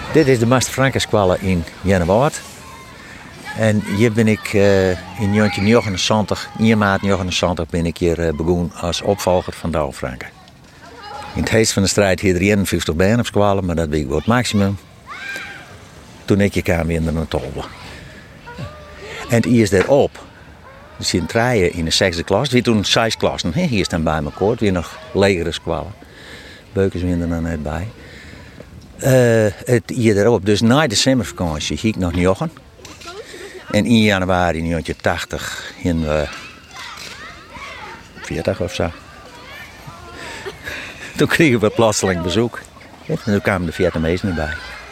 Dit is de Master Frankenskwallen in Jennewaard. En hier ben ik in 1979, 1 maart 1979, ben ik hier begonnen als opvolger van Douwe Franke. In het heest van de strijd hier 51 bijna op skwallen, maar dat was het maximum. Toen ik hier kwam in de tolve. En het is daarop. Er zitten treien in de 6e klas. Wie toen 6 klassen. Hier staan bij elkaar. Weer nog legere skwallen. Beukers winnen er net bij. Het hier erop. Dus na de zomervakantie ging ik nog Jochen. En in januari 1980 in 40 of zo. Toen kregen we plotseling bezoek. En toen kwamen de Vietnamezen erbij.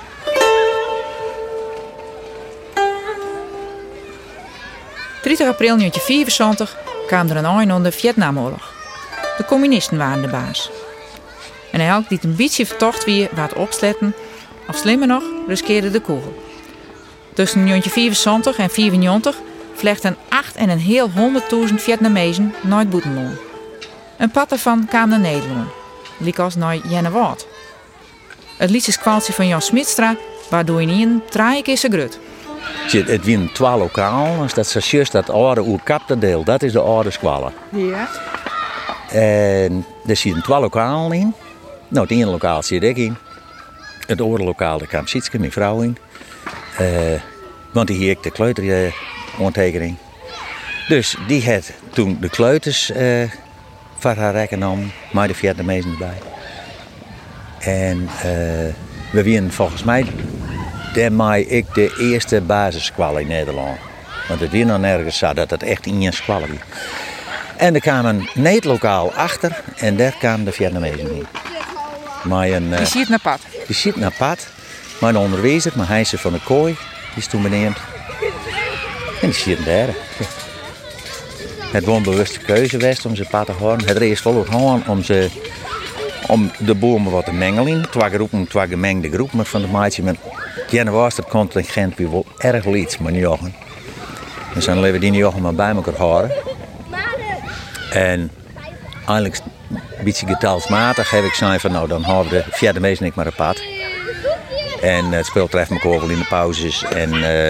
Op 30 april 1974 kwam er een einde aan de Vietnamoorlog. De communisten waren de baas. En elk die het een beetje vertocht wie wat opsletten, of slimmer nog, riskeerde de kogel. Tussen 1974 en 1994 vlechten 8.100.000 Vietnamezen naar het buitenland. Een pad ervan kwam naar Nederland, liek als naar Jennewaard. Het liedjeskwaltje van Jan Smitstra, waardoor je niet een 3 keer zo groot. Het waren 12 lokaal, dus dat is juist dat oude oerkapte deel, dat is de oude skwallen. Ja. En er zitten 12 lokaal in. Nou, het ene lokaal zit ik in. Het andere lokaal, daar kwam Sietske, mijn vrouw in. Want die hier de kleuterontekening. Dus die had toen de kleuters van haar rekken om, maar de Vietnamezen erbij. En we waren volgens mij daarmee ik de eerste basisskwal in Nederland. Want het was nog nergens zo dat het echt in een skwal was. En er kwam een neetlokaal achter en daar kwamen de Vietnamezen in. Die ziet naar pad. Die zit naar pad. Mijn onderwijzer, mijn Heijse van de Kooi, die is toen benoemd. En die zit daar. Het was een bewuste keuze geweest om ze pad te houden. Het is volop gewoon om de bomen wat te mengelen. Twee gemengde groepen, maar van de maatje met Jennewaard het contingent wie wel erg liet, maar Jochen. En zo leven die Jochen maar bij elkaar houden. En eigenlijk een beetje getalsmatig heb ik gezegd van nou dan houden we de Vietnamezen niet maar op pad. En het speel treft elkaar wel in de pauzes en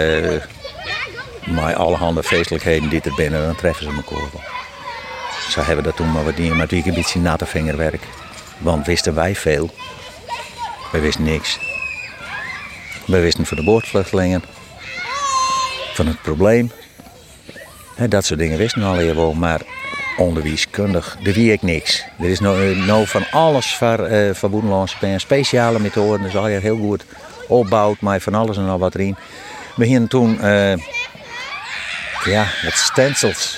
met allerhande feestelijkheden die er binnen, dan treffen ze elkaar wel. Zo hebben we dat toen maar wat dingen, maar een beetje natte vingerwerk. Want wisten wij veel. Wij wisten niks. Wij wisten van de boordvluchtelingen, van het probleem. Dat soort dingen wisten we al wel, maar onderwijskundig, daar wie ik niks. Er is nou van alles voor Boedenlandse en speciale methoden, dus al je heel goed opbouwt, maar van alles en al wat erin. We gingen toen met stencils.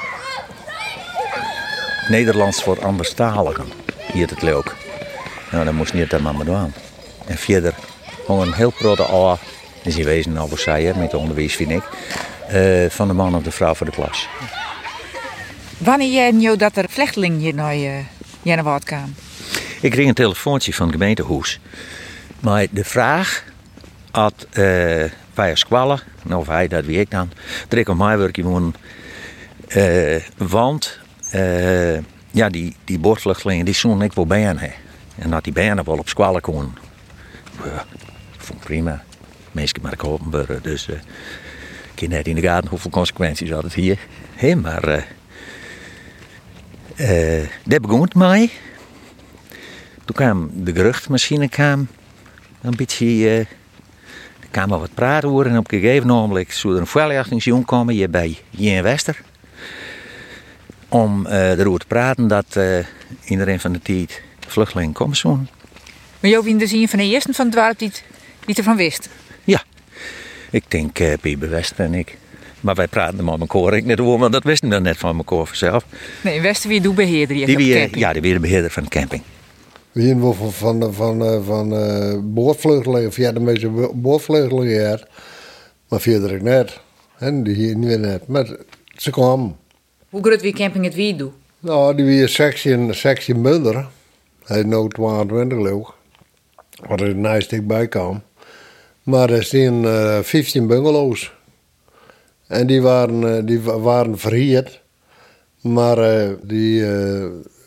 Nederlands voor anderstaligen, hier het leuk. Nou, dat moest niet helemaal doen. En verder hong een heel grote oor, dus die wezen al zei met onderwijs vind ik, van de man of de vrouw voor de klas. Wanneer jij nou dat er vluchtelingen hier naar Jennewaard kwamen? Ik kreeg een telefoontje van het gemeentehuis. Maar de vraag had bij een squallen, nou of hij dat wie ik dan, dat ik op mijn werk woon. Want die boordvluchtelingen die zouden ik wel bijna. En dat die bijna wel op squallen konden. Ja, vond ik prima. Mensen maar kopen worden. Dus ik ken net in de gaten hoeveel consequenties had het hier. Maar dat begon het mij. Toen kwam de geruchtmachine een beetje. Er kwam wel wat praten over en op een gegeven moment zou er een voorlichtingsjong komen hier bij Jen Wester. Om erover te praten dat iedereen van de tijd vluchtelingen komen zo'n. Maar jou was dus een van de eersten van het dorp die ervan wist? Ja, ik denk Pieper Wester en ik. Maar wij praten met elkaar ik net over, want dat wisten we net van elkaar vanzelf. Nee, Wester wie doet beheerder hier Ja, die weer de beheerder van de camping. We hebben van boordvluchtelingen, Vietnamese boordvluchtelingen, maar verder net. En die hier niet net, maar ze kwamen. Hoe groot wie camping het wie doet? Nou, die weer sectie Mulder. Hij is nu 22 leeuw. Wat er een stuk bij kwam. Maar er staan 15 bungalows. En die waren verhierd. Maar die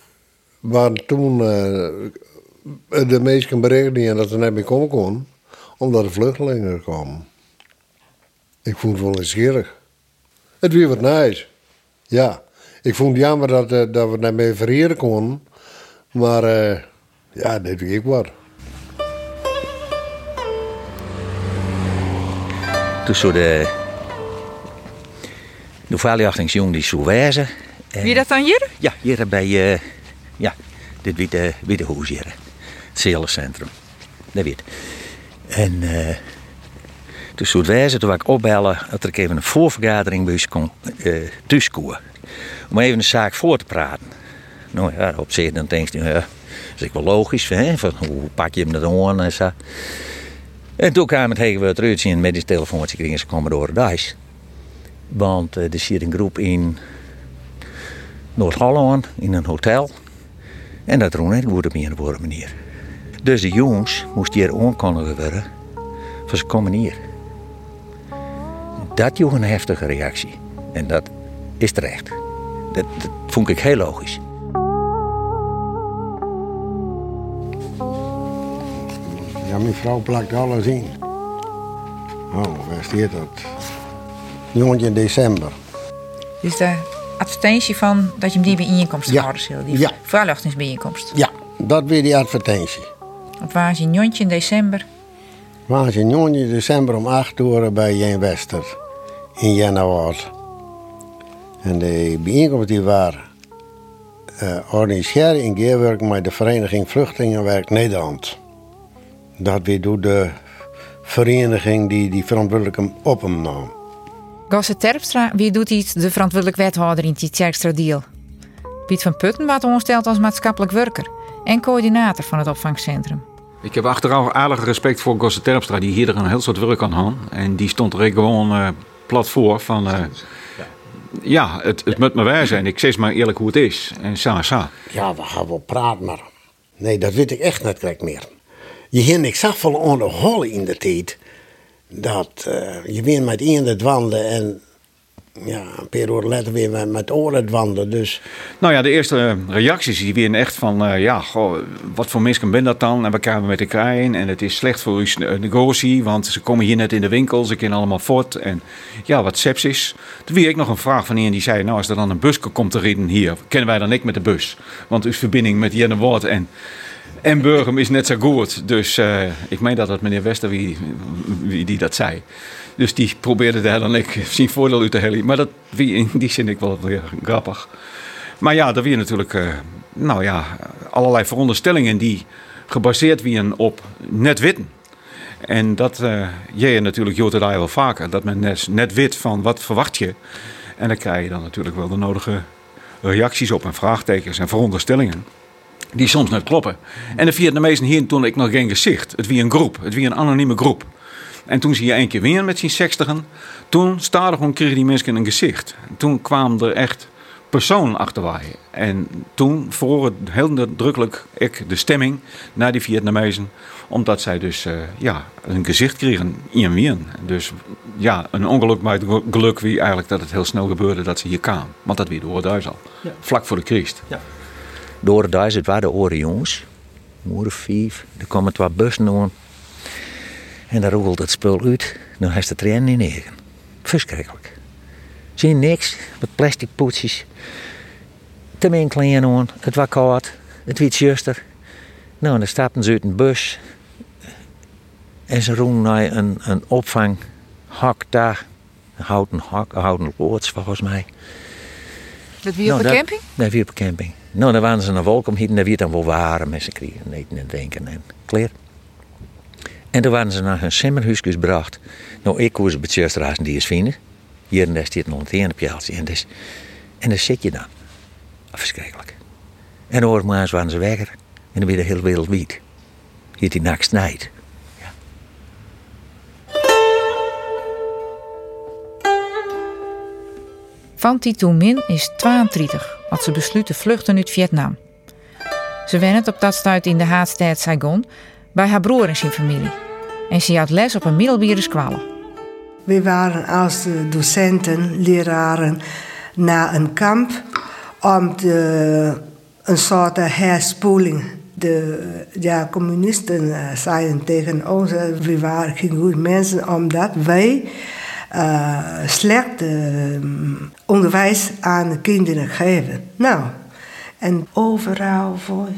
waren toen de meesten berichten dat ze net meer komen kon. omdat de vluchtelingen kwamen. Ik vond het wel nieuwsgierig. Het weer wat nice. Ja, ik vond het jammer dat we het niet meer verrieren konden. Maar ja, dat weet ik wat. Toen zo de veiligheidsjong die zo wijzen. Wie dat dan hier? Ja, hier bij dit witte huis hier. Het Zeelencentrum. Dat weet. En toen zo wijzen, toen wou ik opbellen dat er even een voorvergadering bij ons kon thuiskomen. Om even een zaak voor te praten. Nou ja, op zich dan denk je, ja, dat is ook wel logisch. Hè? Van, hoe pak je hem dat aan en zo. En toen kwamen we het eruit zien met die telefoontje kregen ze komen door het ijs. Want er zit een groep in Noord-Holland in een hotel. En dat roept net goed op een of andere manier. Dus de jongens moesten hier aankondigen worden. Van ze komen hier. Dat joeg een heftige reactie. En dat is terecht. Dat vond ik heel logisch. Ja, mijn vrouw plakt alles in. Oh, waar staat dat? Jongetje december. Dus de advertentie van dat je hem die bijeenkomst wil. Die veiligheidsbijeenkomst. Ja, dat weer die advertentie. Op waar is een jontje in december? Waar is een jongetje december om 8 uur bij Jan Wester in Jennewaard. En de bijeenkomst die was organiseerd in gewerking met de Vereniging Vluchtelingenwerk Nederland. Dat weer door de vereniging die verantwoordelijk op hem nam. Gosse Terpstra, wie doet iets de verantwoordelijk wethouder in die Tjerkstra deal? Piet van Putten wordt ongesteld als maatschappelijk werker en coördinator van het opvangcentrum. Ik heb achteraf aardig respect voor Gosse Terpstra, die hier een heel soort werk aan had. En die stond er gewoon plat voor van... ja, het moet me waar zijn. Ik zeg maar eerlijk hoe het is. En sa. Ja, we gaan wel praten, maar... Nee, dat weet ik echt niet correct meer. Je ging ik zag van onder holle in de tijd... dat je weer met iemand het wandelen en... ja, een paar uur later weer met oren het wandelen, dus... Nou ja, de eerste reacties die weer echt van... ja, goh, wat voor mensen ben dat dan? En we kwamen met de krijgen en het is slecht voor uw negotie... want ze komen hier net in de winkel, ze kunnen allemaal voort. En ja, wat sepsis. Toen wie ik nog een vraag van iemand die zei... nou, als er dan een bus komt te rijden hier... kennen wij dan niet met de bus. Want uw verbinding met Jennewaard en Burgum is net zo goed. Dus ik meen dat het meneer Wester wie die dat zei... Dus die probeerde daar dan ik zijn voordeel uit te halen. Maar dat wie in die zin ik wel weer grappig. Maar ja, er weer natuurlijk nou ja, allerlei veronderstellingen die gebaseerd waren op net witten. En dat jij natuurlijk jood het wel vaker. Dat men net weet van wat verwacht je. En dan krijg je dan natuurlijk wel de nodige reacties op en vraagtekens en veronderstellingen. Die soms net kloppen. En de Vietnamezen hier toen ik nog geen gezicht. Het wie een groep. Het wie een anonieme groep. En toen zie je 1 keer weer met zijn 60'en. Toen stadig kregen die mensen een gezicht. Toen kwamen er echt personen achter waaien. En toen verhoor het heel nadrukkelijk ik de stemming naar die Vietnamezen. Omdat zij dus ja, een gezicht kregen in Wien. Dus ja, een ongeluk bij het geluk wie eigenlijk dat het heel snel gebeurde dat ze hier kwamen. Want dat weer door het al. Ja. Vlak voor de Christ. Ja. Door het huis, het waren de oren jongens. Moeder 5. Er kwamen 2 bussen aan. En daar rolt het spul uit. Dan heeft de trein in negen. Verschrikkelijk. Zie je niks. Met plastic poetsjes. Te min klein aan. Het was koud. Het was juster. Nou, dan stapten ze uit een bus. En ze roepen naar een opvanghak daar. Een houten hak, een houten loods volgens mij. Dat wie op de camping? Nee, wie op de camping. Nou, dan waren ze naar Wolkom hier en daar weer dan wel waren met z'n kriegen. Eten en drinken en klaar. En toen waren ze naar hun simmerhuisjes gebracht. Nou, ik koos op het Tjerstraat die is vinden. Hier en daar staat nog een teenpjaaltje. En daar zit je dan. Verschrikkelijk. En oormaals waren ze weg. En dan weer de hele wereld wiet. Hier die nacht snijdt. Ja. Van Thi Minh is 32 als ze besluiten vluchten uit Vietnam. Ze wennen op dat stuit in de haatstad Saigon bij haar broer en zijn familie. En ze had les op een middelbare school. We waren als docenten, leraren naar een kamp om een soort herspoeling De communisten zeiden tegen ons, we waren geen goede mensen, omdat wij slecht onderwijs aan de kinderen geven. Nou, en overal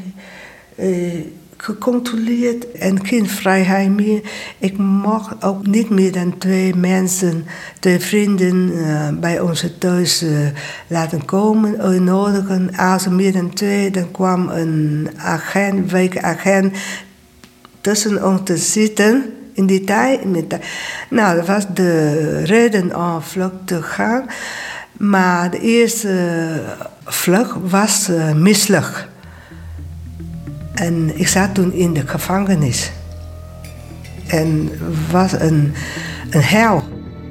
gecontroleerd en geen vrijheid meer. Ik mocht ook niet meer dan 2 mensen, 2 vrienden bij onze thuis laten komen, uitnodigen. Als er meer dan 2, dan kwam een wijkagent tussen ons te zitten. In die tijd. Nou, dat was de reden om vlucht te gaan. Maar de eerste vlucht was mislukt. En ik zat toen in de gevangenis. En was een hel.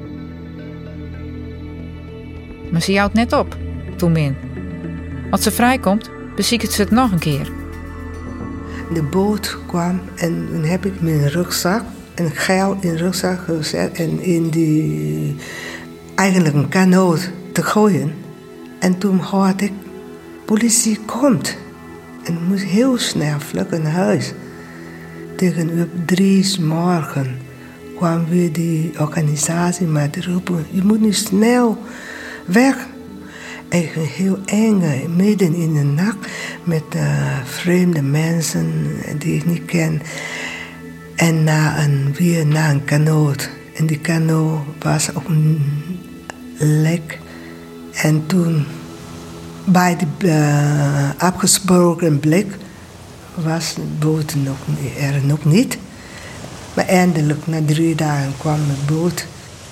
Maar ze houdt net op, toen min. Als ze vrijkomt, beziekt ze het nog een keer. De boot kwam en toen heb ik mijn rugzak, een geld in de rugzak gezet en in die eigenlijk een kanoot te gooien. En toen hoorde ik, politie komt. En ik moest heel snel vluchten naar huis. Tegen 3 's morgen kwam weer die organisatie met roepen, je moet nu snel weg. En heel eng, midden in de nacht, met vreemde mensen die ik niet ken. En weer naar een kanoot. En die kanoot was ook een lek. En toen, bij de afgesproken blik, was de boot er nog niet. Maar eindelijk, na 3 dagen, kwam de boot.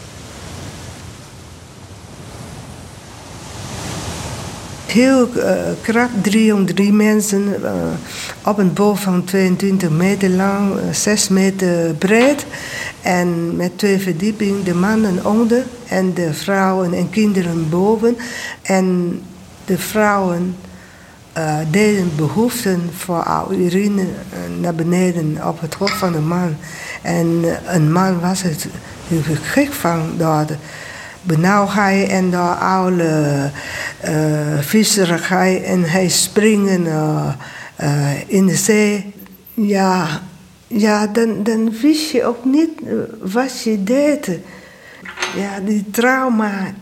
Heel krap, 303 mensen op een boot van 22 meter lang, 6 meter breed. En met 2 verdiepingen, de mannen onder en de vrouwen en kinderen boven. En de vrouwen deden behoeften voor urine naar beneden op het hoofd van de man. En een man was het gek van door de benauwdheid en door oude visserigheid. En hij springen in de zee. Ja, dan wist je ook niet wat je deed. Ja, die trauma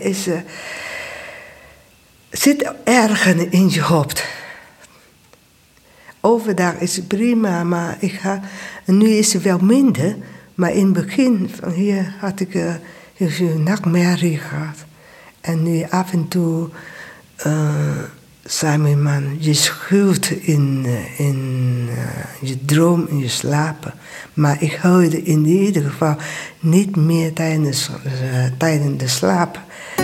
zit ergens in je hoofd. Overdag is het prima, maar nu is het wel minder. Maar in het begin van hier had ik heel veel nachtmerrie gehad. En nu af en toe zei mijn man, je schuilt in je droom, in je slapen. Maar ik huilde in ieder geval niet meer tijdens de slaap.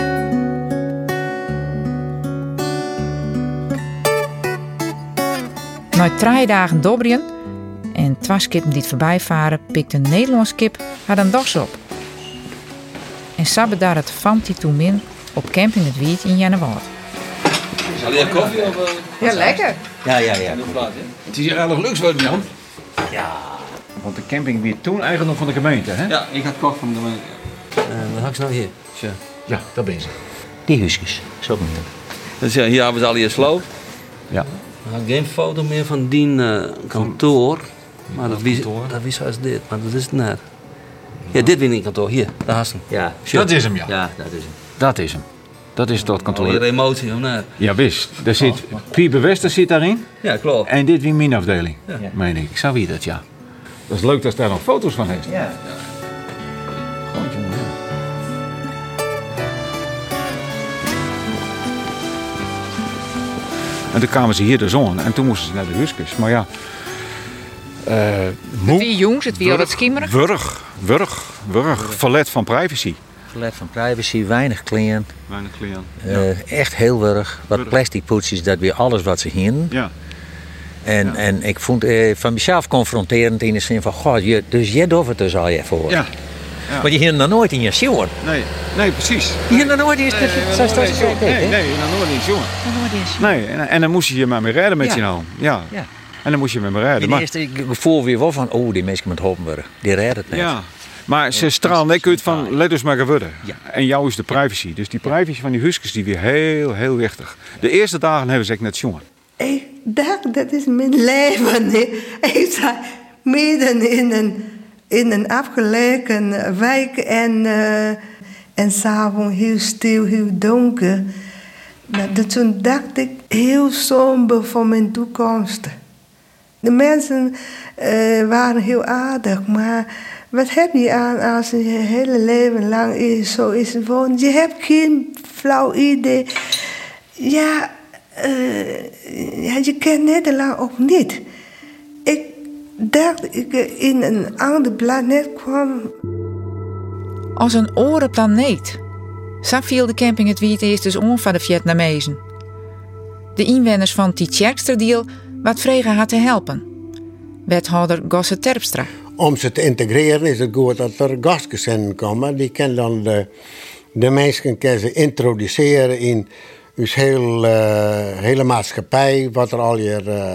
Na 3 dagen dobberien en 2 skippen die het voorbij varen, pikt een Nederlands kip haar dan dogs op. En sabbe daar het famti toen min op camping het Wiet in Jennewoud. Zal je koffie of? Ja, lekker. Ja. Het is hier eigenlijk luxe worden, Jan. Ja. Want de camping weer toen eigenlijk van de gemeente, hè? Ja, ik had kocht van de gemeente. Wat had ik nou hier? Tja. Ja, dat ben ze. Die huisjes, zo niet. Dus ja, hier hebben ze al hier sloop. Ja. Ik had geen foto meer van die kantoor. Maar dat wist als dit, maar dat is het net. Ja, dit weer in kantoor, hier, daar haast hem. Ja, Dat is hem, ja. Ja, dat is hem. Dat is hem. Dat is dat kantoor. Hier emotie of net? Ja, wist. Daar zit Pieper Wester zit daarin. Ja, klopt. En dit weer mijn afdeling, Ja. meen ik. Ik zou wie dat, ja. Dat is leuk dat daar nog foto's van heeft. Ja. En toen kwamen ze hier de zon en toen moesten ze naar de huisjes. Maar ja, moe, Wie jongens, het wie al wat schimmerig. wurg, verlet van privacy. Verlet van privacy, weinig clean. Weinig cliënt. Echt heel wurg. Wat Wurg. plastic poetsjes, dat weer alles wat ze hingen. Ja. En ik vond van mezelf confronterend in de zin van, god, dus jij doet het dus al je voor. Ja. Maar die hingen nog nooit in je jongen. Nee, precies. Die hingen nog nooit in je Nee, nog nooit niet, jongen. Nee, en dan moest je hier maar mee rijden met Ja. je nou. Ja. Ja. En dan moest je met me rijden. Het Maar, eerste gevoel weer wel van, die mensen met Hoppenburg, die redden het net. ja. Maar ze stralen net uit van, let dus maar geworden. Ja. En jou is de privacy. Dus die privacy van die huisjes die weer heel, heel wichtig. De eerste dagen hebben ze echt net jongen. Ik dacht, dat is mijn leven. Nee. Ik zei, midden in een afgelegen wijk en s'avonds heel stil, heel donker. Nou, toen dacht ik heel somber voor mijn toekomst. De mensen waren heel aardig, maar wat heb je aan als je hele leven lang zo is het wonen? Je hebt geen flauw idee. Ja, je kent Nederland ook niet. Ik dacht ik in een ander planeet kwam. Als een andere planeet. Zo viel de camping het Wiet eerst dus om van de Vietnamezen. De inwoners van Tietjerksterdiel wat vregen haar te helpen. Wethouder Gosse Terpstra. Om ze te integreren is het goed dat er gastgezinnen komen. Die kunnen dan de mensen kunnen introduceren in uw hele maatschappij. Wat er al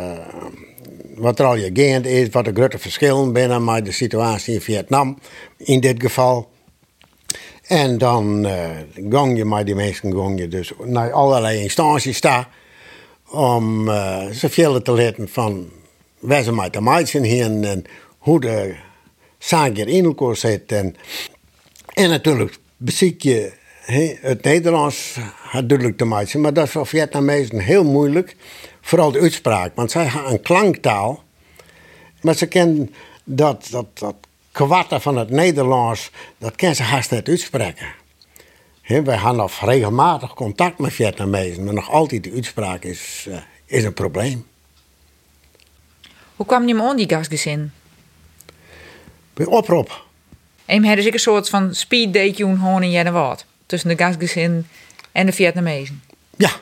je gaand is, wat de grote verschillen binnen met de situatie in Vietnam in dit geval. En dan gang je met die mensen dus naar allerlei instanties staan om zoveel te leren van waar ze met de mensen heen en hoe de zaak hier in elkaar zit. En natuurlijk beziek je het Nederlands duidelijk te maken, maar dat is voor Vietnamezen heel moeilijk. Vooral de uitspraak, want zij hebben een klanktaal, maar ze kennen dat kwatten van het Nederlands, dat kan ze haast niet uitspreken. Wij hebben nog regelmatig contact met Vietnamezen, maar nog altijd de uitspraak is een probleem. Hoe kwam je aan die gastgezin? Bij oproep. En hadden dus een soort van speed date gewoon in Jennewaard. Tussen de gastgezin en de Vietnamezen. Ja.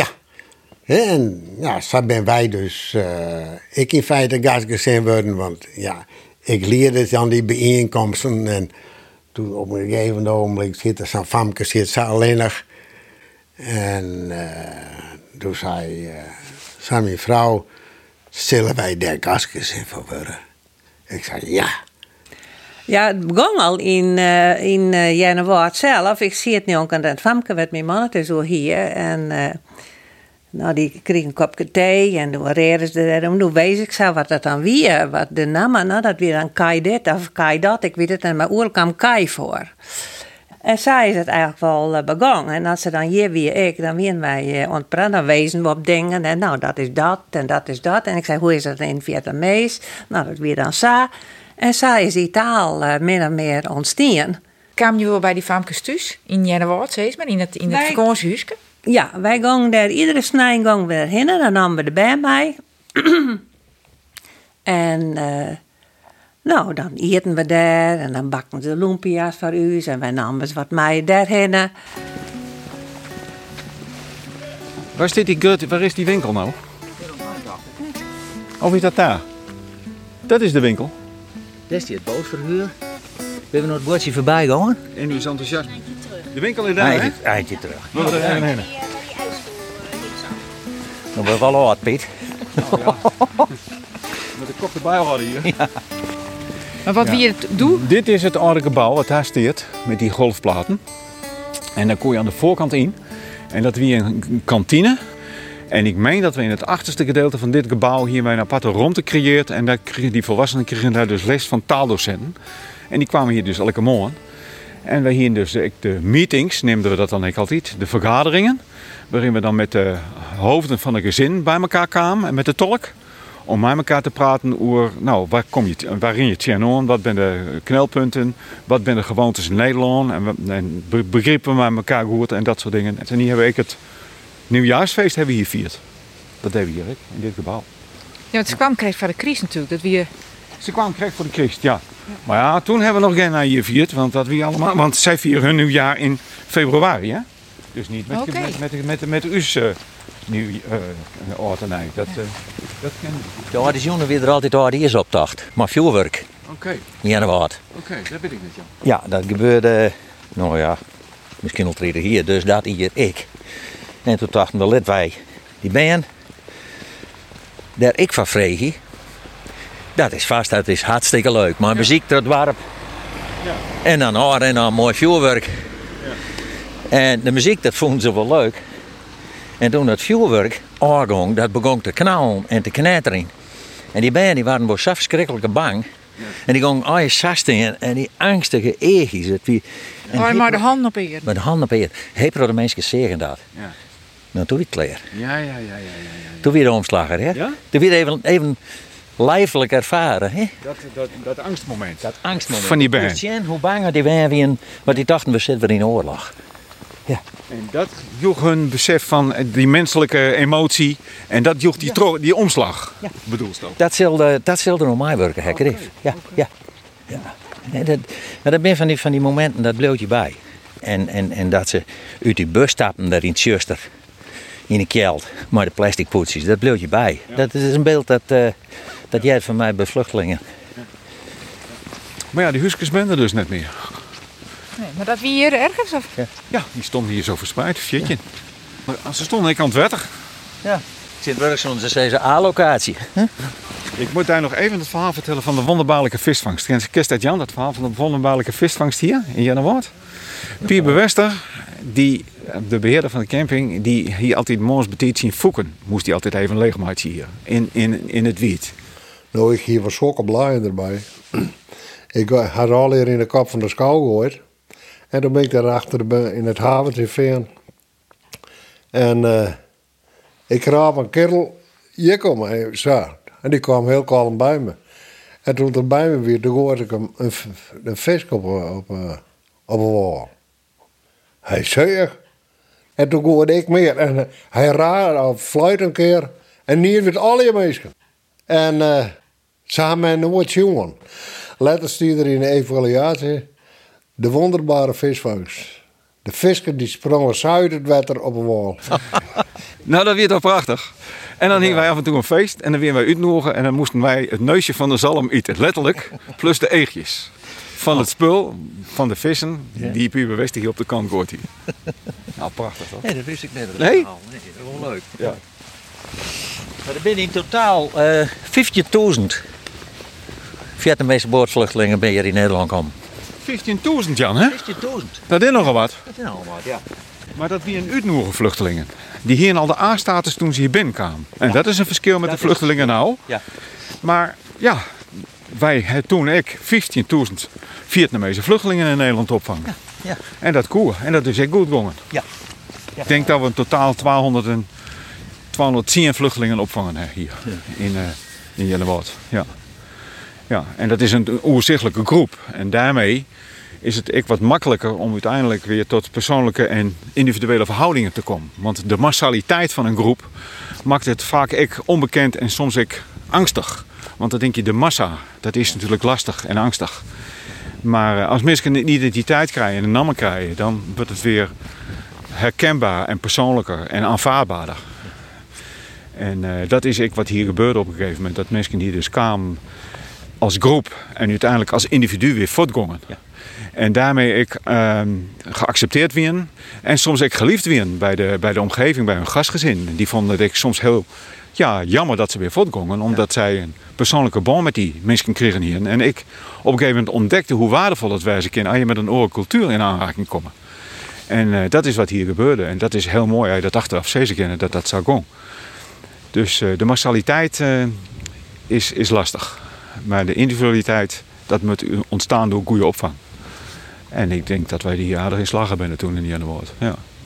En ja, zo ben wij dus. Ik in feite gastgezin worden, want ja, ik leerde aan die bijeenkomsten. En toen op een gegeven ogenblik zit er zo'n famke zit zo alleenig. En toen zei mijn vrouw, zullen wij daar gastgezin voor worden? Ik zei ja. Ja, het begon al in Jennewaard zelf. Ik zie het nu ook aan dat famke met mijn man, het is zo hier. En die kreeg een kopje thee en toen reden ze erom. Toen wees ik zo wat dat dan weer, wat de naam, dat weer dan Kai dit of Kai dat. Ik weet het, en mijn oor kwam Kai voor. En zij is het eigenlijk wel begonnen. En als ze dan hier weer dan weer wij ontpraten, dan wezen we op dingen. En nou, dat is dat en dat is dat. En ik zei, hoe is dat in Vietnamees? Nou, dat weer dan zo. En zij is die taal min of meer ontstaan. Kwam je wel bij die famkes thuis in Jennewaard, zeg maar, in het vakantiehuisje? Ja, wij gingen daar iedere snij weer heen en dan namen we de band mee. En dan eten we daar en dan bakten ze lumpia's voor u en wij namen wat mee daarheen. Waar is die winkel nou? Of is dat daar? Dat is de winkel. Dat is die het bootverhuur. We hebben nog het bordje voorbij gaan. En u is enthousiast. De winkel is daar, hè? Eindje terug. We moeten er heen. Dan ben je wel oud, Piet. Nou, ja. Met de kop erbij hadden hier. Ja. Maar wat wie het doet? Dit is het oude gebouw, het daar staat, met die golfplaten. En daar kon je aan de voorkant in. En dat weer een kantine. En ik meen dat we in het achterste gedeelte van dit gebouw hier een aparte ruimte creëert. En daar kregen die volwassenen daar dus les van taaldocenten. En die kwamen hier dus elke morgen. En wij hier dus de meetings, noemden we dat dan altijd, de vergaderingen. Waarin we dan met de hoofden van een gezin bij elkaar kwamen en met de tolk. Om met elkaar te praten over, nou, waarin je tjenon, wat zijn de knelpunten, wat zijn de gewoontes in Nederland. En begrippen we met elkaar gehoord en dat soort dingen. En hier hebben we het nieuwjaarsfeest hebben we hier vierd. Dat deden we hier in dit gebouw. Ja, want ze kwam kreeg voor de crisis natuurlijk. Ze kwam kreeg voor de crisis, ja. Maar ja, toen hebben we nog geen hier vierd, want dat wie allemaal. Want zij vieren hun nieuwjaar in februari, hè? Dus niet met uw ordernij. Dat kennen we. De auditionen weer er altijd oudejaarsoptocht. Maar vuurwerk. Oké. In Jennewaard. Oké, dat weet ik niet, ja. Ja, dat gebeurde, nou ja, misschien al 30 hier, dus dat hier ik. En toen dachten we, let wij die band, daar ik van vreeg. Dat is vast, dat is hartstikke leuk. Maar muziek door het dorp. Ja. En dan mooi vuurwerk. Ja. En de muziek, dat vonden ze wel leuk. En toen dat vuurwerk aanging, dat begon te knallen en te knetteren. En die bijen die waren wel zo verschrikkelijk bang. En die gingen al je sast in en die angstige eegjes. Maar de hand op eer. Met de hand op eer. Heel de mensen zeggen dat. Ja. Nou, toen weer klaar. Ja. Toen weer de omslager, hè? Ja? Toen weer even lijfelijk ervaren, hè? Dat angstmoment. Dat angstmoment. Van die bijen. Dus zien hoe bang die waren, want die dachten we zitten weer in oorlog. Ja. En dat joeg hun besef van die menselijke emotie. En dat joeg die omslag. Ja. Bedoelst ook. Dat zulde nog mij werken, hè, Griff. Ja. En dat ben van die momenten, dat bleef je bij. En dat ze uit die bus stappen daar in het Schuster, in de kjeld, maar de plastic poetsjes, dat bleef je bij. Ja. Dat is een beeld dat jij van mij bij vluchtelingen. Ja. Maar ja, die huisjes ben er dus net meer. Nee, maar dat wie hier ergens? Of? Ja, die stonden hier zo verspreid, fjitje. Ja. Maar ze stonden ik aan het wetter. Ja, ik zit wel zo'n deze A-locatie. Huh? Ik moet daar nog even het verhaal vertellen van de wonderbaarlijke visvangst. Kent dat Jan, dat verhaal van de wonderbaarlijke visvangst hier in Jennewaard? Pier Bewester, de beheerder van de camping, die hier altijd morgens betiet zien foeken. Moest hij altijd even leegmaatje hier, in het wiet. Nou, ik hier was zulke blij erbij. Ik had al hier in de kop van de schouw gegooid. En toen ben ik daarachter in het haventje veen. En ik raap een kerel, je kom zo. En die kwam heel kalm bij me. En toen er bij me weer, toen hoorde ik hem een vis op een wal. Hij zei. En toen hoorde ik meer. En hij raadde of fluit een keer. En niet met al je mensen. En ze hebben mij nooit jongen. Letters die er in de evaluatie. De wonderbare visvangst. De visken die sprongen zuid het water op een wal. Nou, dat werd toch prachtig. En dan hingen wij af en toe een feest. En dan weer wij uitnodigen. En dan moesten wij het neusje van de zalm eten. Letterlijk. Plus de eegjes. Van het spul, van de vissen. Die Pier Bewester hier op de kant gooit hier. Nou, prachtig toch? Nee, dat wist ik net. Nee? Dat is wel leuk. Ja. Maar er zijn in totaal 50.000 Vietnamese boordvluchtelingen ben je in Nederland komen. 15.000 Jan, hè? 15.000. Dat is nogal wat. Dat is nogal wat, ja. Maar dat wie een uitnoegen vluchtelingen. Die hier al de A-status toen ze hier binnenkwamen. En dat is een verschil met de vluchtelingen nou. Ja. Maar ja, wij toen ik 15.000 Vietnamese vluchtelingen in Nederland opvangen. Ja. En dat koer. En dat is echt goed gegaan. Ja. Ik denk dat we in totaal 210 vluchtelingen opvangen hier in Jennewaard. Ja. Ja, en dat is een oerzichtelijke groep. En daarmee is het wat makkelijker om uiteindelijk weer tot persoonlijke en individuele verhoudingen te komen. Want de massaliteit van een groep maakt het vaak onbekend en soms angstig. Want dan denk je, de massa, dat is natuurlijk lastig en angstig. Maar als mensen een identiteit krijgen en een naam krijgen, dan wordt het weer herkenbaar en persoonlijker en aanvaardbaarder. En dat is wat hier gebeurde op een gegeven moment. Dat mensen die dus kwamen als groep en uiteindelijk als individu weer voortgingen. Ja. En daarmee geaccepteerd werden en soms geliefd werden bij de omgeving, bij hun gastgezin. Die vonden het soms heel jammer dat ze weer voortgingen, omdat zij een persoonlijke band met die mensen kregen hier. En ik op een gegeven moment ontdekte hoe waardevol het was als je met een oren cultuur in aanraking komt. En dat is wat hier gebeurde. En dat is heel mooi, dat achteraf zeker kennen dat zou gaan. Dus de massaliteit is lastig. Maar de individualiteit, dat moet ontstaan door goede opvang. En ik denk dat wij die aardig in slagen zijn toen in Jennewaard. Ja.